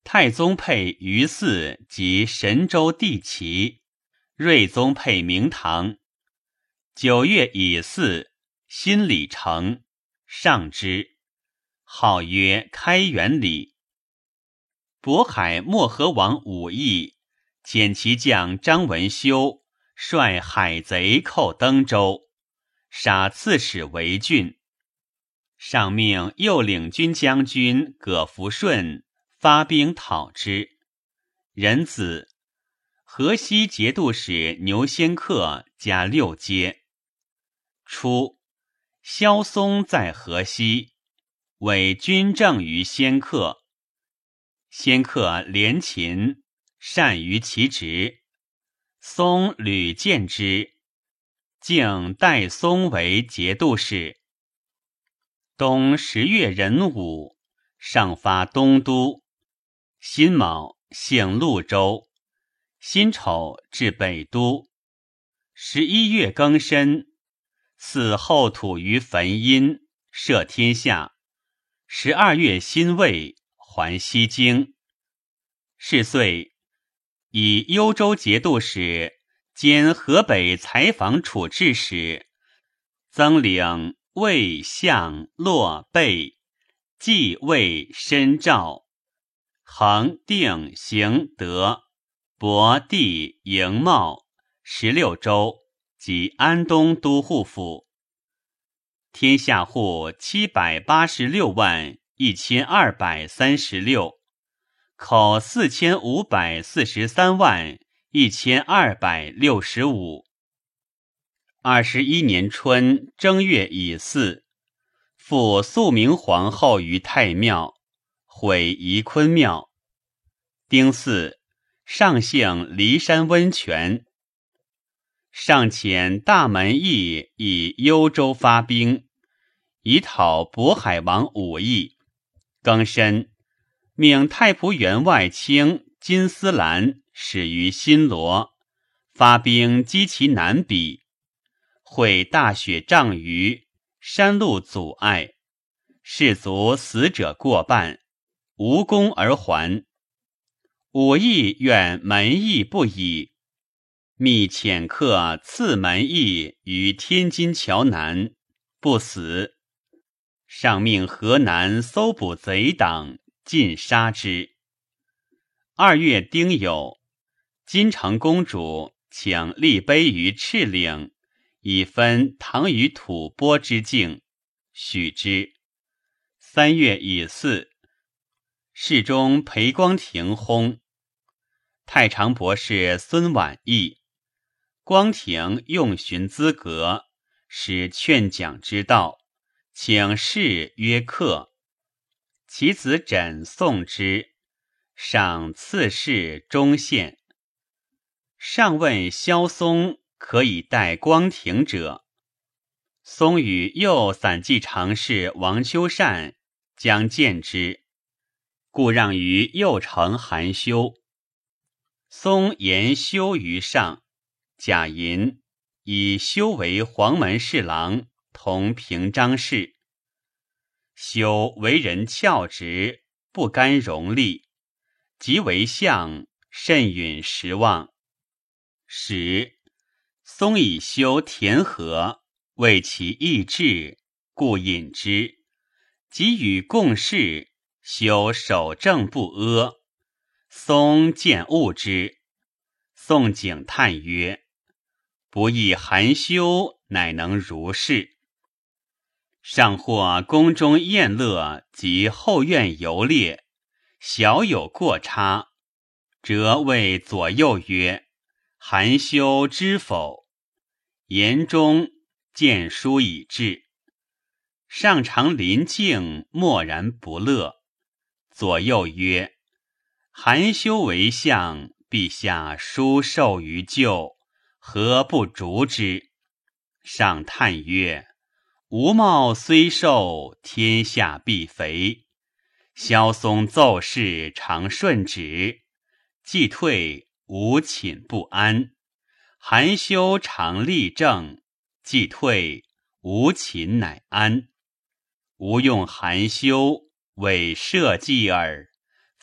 太宗配于祀及神州地齐，睿宗配明堂。九月乙巳，辛礼成，上之，号曰开元礼。渤海漠河王武义遣其将张文修率海贼寇登州，杀刺史韦俊。上命右领军将军葛福顺发兵讨之。壬子，河西节度使牛仙客加六阶。初，萧嵩在河西，委军政于仙客。仙客廉勤，善于其职，嵩屡见之，竟代嵩为节度使。冬十月壬午，上发东都。辛卯，幸潞州。辛丑，至北都。十一月庚申，祀后土于汾阴，赦天下。十二月辛未，还西京。是岁，以幽州节度使兼河北采访处置使，增领魏、相、洛、贝、冀、魏、申、赵、衡、定、行、德、亳、地、营、茂十六州及安东都护府。天下户七百八十六万一千二百三十六，口四千五百四十三万一千二百六十五。二十一年春正月乙巳，复肃明皇后于太庙，毁仪坤庙。丁巳，上幸骊山温泉。上遣大门役以幽州发兵，以讨渤海王武义。庚申，命太仆员外卿金丝兰始于新罗，发兵击其南鄙。会大雪障于，山路阻碍，士卒死者过半，无功而还。武义愿门役不已，密遣客刺门役于天津桥南，不死。上命河南搜捕贼党，尽杀之。二月丁酉，金城公主请立碑于赤岭，以分唐与吐蕃之境，许之。三月乙巳，侍中裴光庭薨。太常博士孙婉义，光庭用循资格，使劝讲之道，请谥曰克。其子枕送之，赏赐谥中宪。上问萧嵩可以代光庭者，嵩与右散骑常侍王修善将见之，故让于右丞韩修。嵩言修于上，贾银以修为黄门侍郎，同平章事。修为人翘直，不甘荣利，即为相，甚允时望。十，嵩以修田和，为其意志，故引之。即与共事，修守正不阿。嵩见恶之，宋景叹曰：不亦韩修乃能如是。上或宫中宴乐及后院游猎，小有过差，则谓左右曰：韩修知否？言中见书已至。上常临静，默然不乐。左右曰：韩修为相，陛下书授于旧，何不逐之？上叹曰：吾貌虽瘦，天下必肥。萧嵩奏事常顺旨，既退无寝不安。韩修常立正，既退无寝乃安。吾用韩修为社稷耳，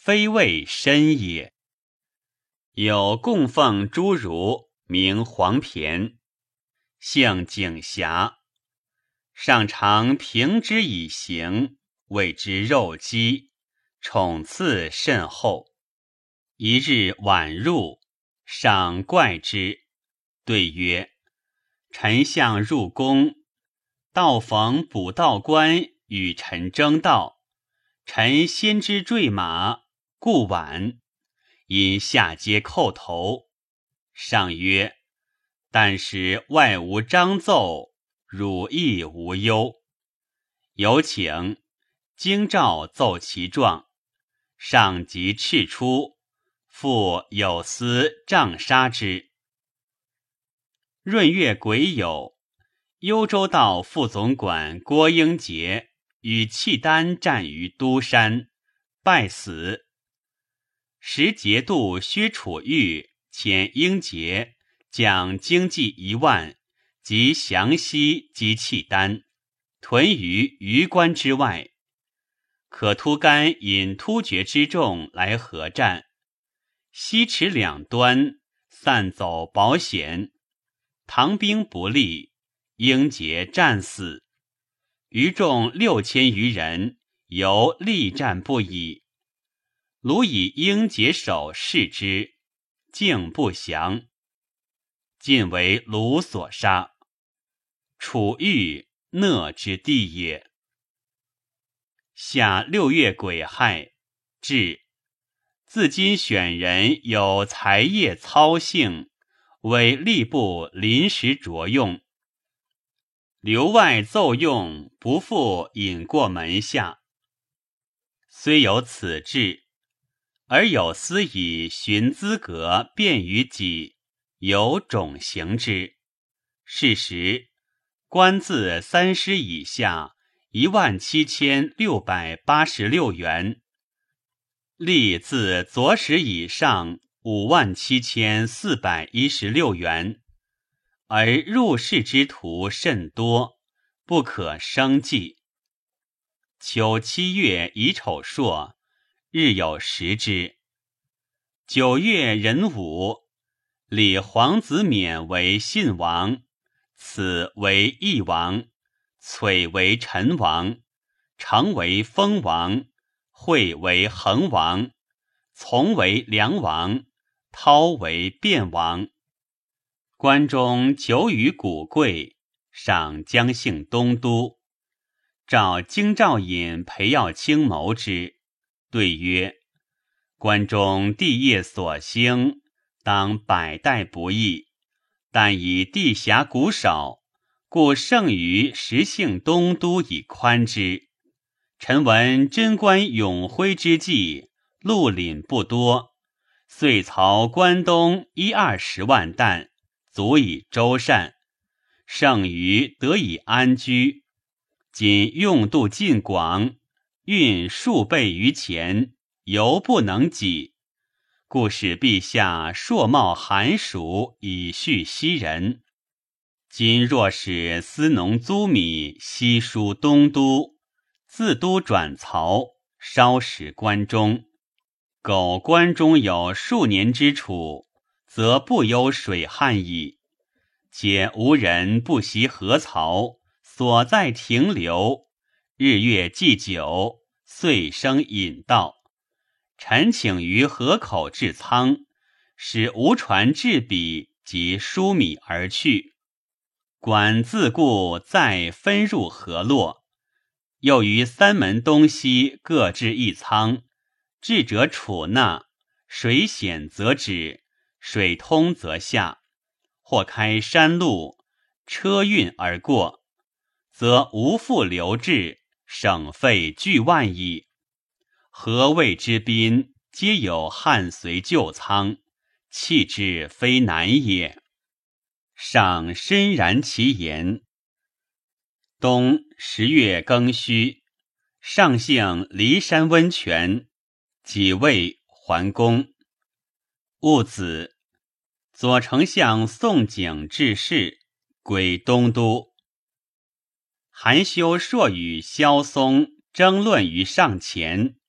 非谓深也。有供奉诸儒，名黄骈，性景侠，上常平之以刑，谓之肉鸡，宠赐甚厚。一日晚入，上怪之，对曰：臣相入宫，道逢补道官与臣争道，臣先知坠马，故晚，因下阶叩头。上曰：但使外无章奏，汝亦无忧。有请，京兆奏其状，上即敕出，复有司杖杀之。闰月癸酉，幽州道副总管郭英杰与契丹战于都山，败死。时节度薛楚玉遣英杰将精骑一万及降西击契丹，屯于榆关之外。可突干引突厥之众来合战，西池两端散走保险，唐兵不利，英杰战死。余众六千余人，犹力战不已。卢以英杰首视之，竟不降，尽为卢所杀。楚玉讷之地也。夏六月癸亥，至。自今选人有才业操性，为吏部临时着用。留外奏用，不复引过门下。虽有此志，而有司以寻资格便于己，有种行之。是时，官字三师以下一万七千六百八十六员，吏自左史以上五万七千四百一十六员，而入仕之徒甚多，不可生计。秋七月乙丑朔，日有食之。九月壬午，立皇子冕为信王，此为义王，璀为陈王，成为封王，惠为恒王，从为梁王，涛为卞王。关中久与古贵，上将幸东都。召京兆尹裴耀卿谋之，对曰：关中地业所兴，当百代不易，但以地狭谷少，故胜于实幸东都以宽之。臣闻贞观永徽之际，陆廪不多，遂曹关东一二十万担，足以周善，剩余得以安居。今用度尽广，运数倍于前，犹不能给，故使陛下朔冒寒暑以恤西人。今若使司农租米西输东都，自都转曹，稍使关中，苟关中有数年之处，则不忧水旱矣。且无人不习河曹，所在停留，日月既久，岁生引道。臣请于河口置仓，使无船置彼及疏米而去。管自固再分入河洛，又于三门东西各置一仓，智者处纳，水险则止，水通则下。或开山路，车运而过，则无复留置，省费巨万矣。河渭之滨，皆有汉随旧仓，弃之非难也。上深然其言。冬十月庚戌，上幸骊山温泉，己未还宫。戊子，左丞相宋景致仕，归东都。韩休硕与萧嵩争论于上前，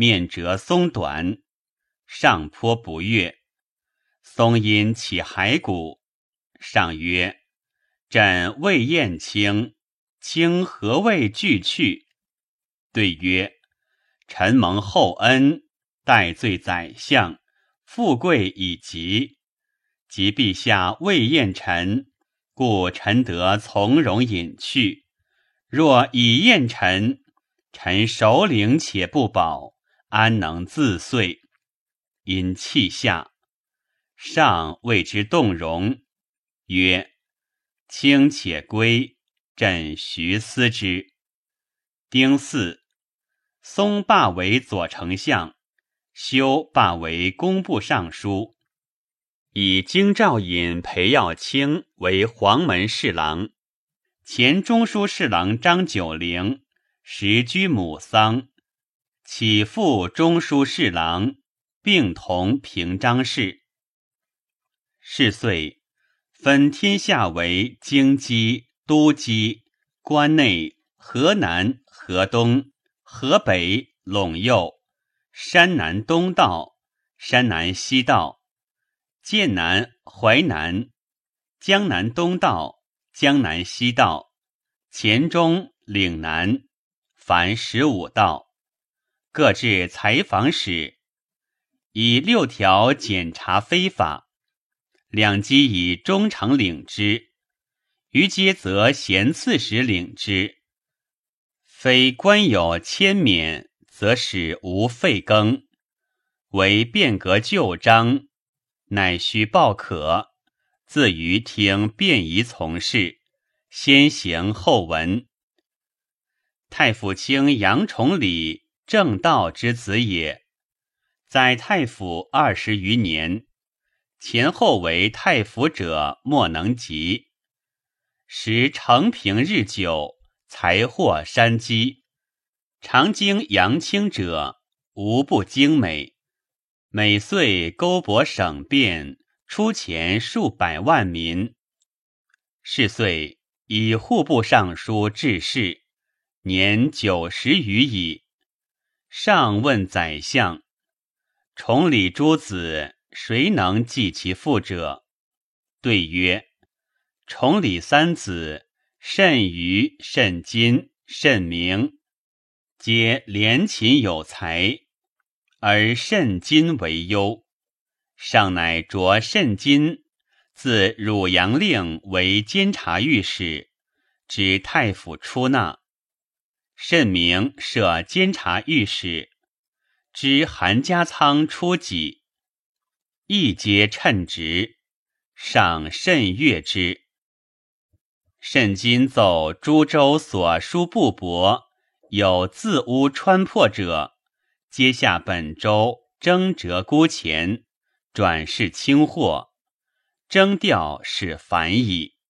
面折松短，上颇不悦。松因起骸骨，上曰：朕未厌卿，卿何谓惧去？对曰：臣蒙厚恩，代罪宰相，富贵已极。即陛下未厌臣，故臣得从容隐去。若已厌臣，臣首领且不保，安能自遂？因泣下。上谓之动容，曰：卿且归，朕徐思之。丁巳，松罢为左丞相，修罢为工部尚书，以京兆尹裴耀卿为黄门侍郎。前中书侍郎张九龄时居母丧，起复中书侍郎，并同平章事。是岁，分天下为京畿、都畿、关内、河南、河东、河北、陇右、山南东道、山南西道、剑南、淮南、江南东道、江南西道、黔中、岭南，凡十五道，各置采访使，以六条检查非法。两机以中丞领之，余皆则衔刺史领之。非官有迁免，则使无废更。为变革旧章，乃须报可，自于听便宜从事，先行后闻。太府卿杨崇礼，正道之子也，在太府二十余年。前后为太府者莫能及，时承平日久，财货山积，常经扬清者无不精美，每岁勾博省变，出钱数百万民。是岁以户部尚书致仕，年九十余矣。上问宰相：崇礼诸子，谁能继其父者？对曰：崇礼三子，甚虞、甚金、甚明，皆廉勤有才，而甚金为优。上乃擢甚金自汝阳令为监察御史，知太府出纳。甚明设监察御史，知韩家仓出给，亦皆称职，上甚悦之。甚今奏诸州所书部帛，有自污穿破者，皆下本州征折沽钱，转市清货，征调是繁矣。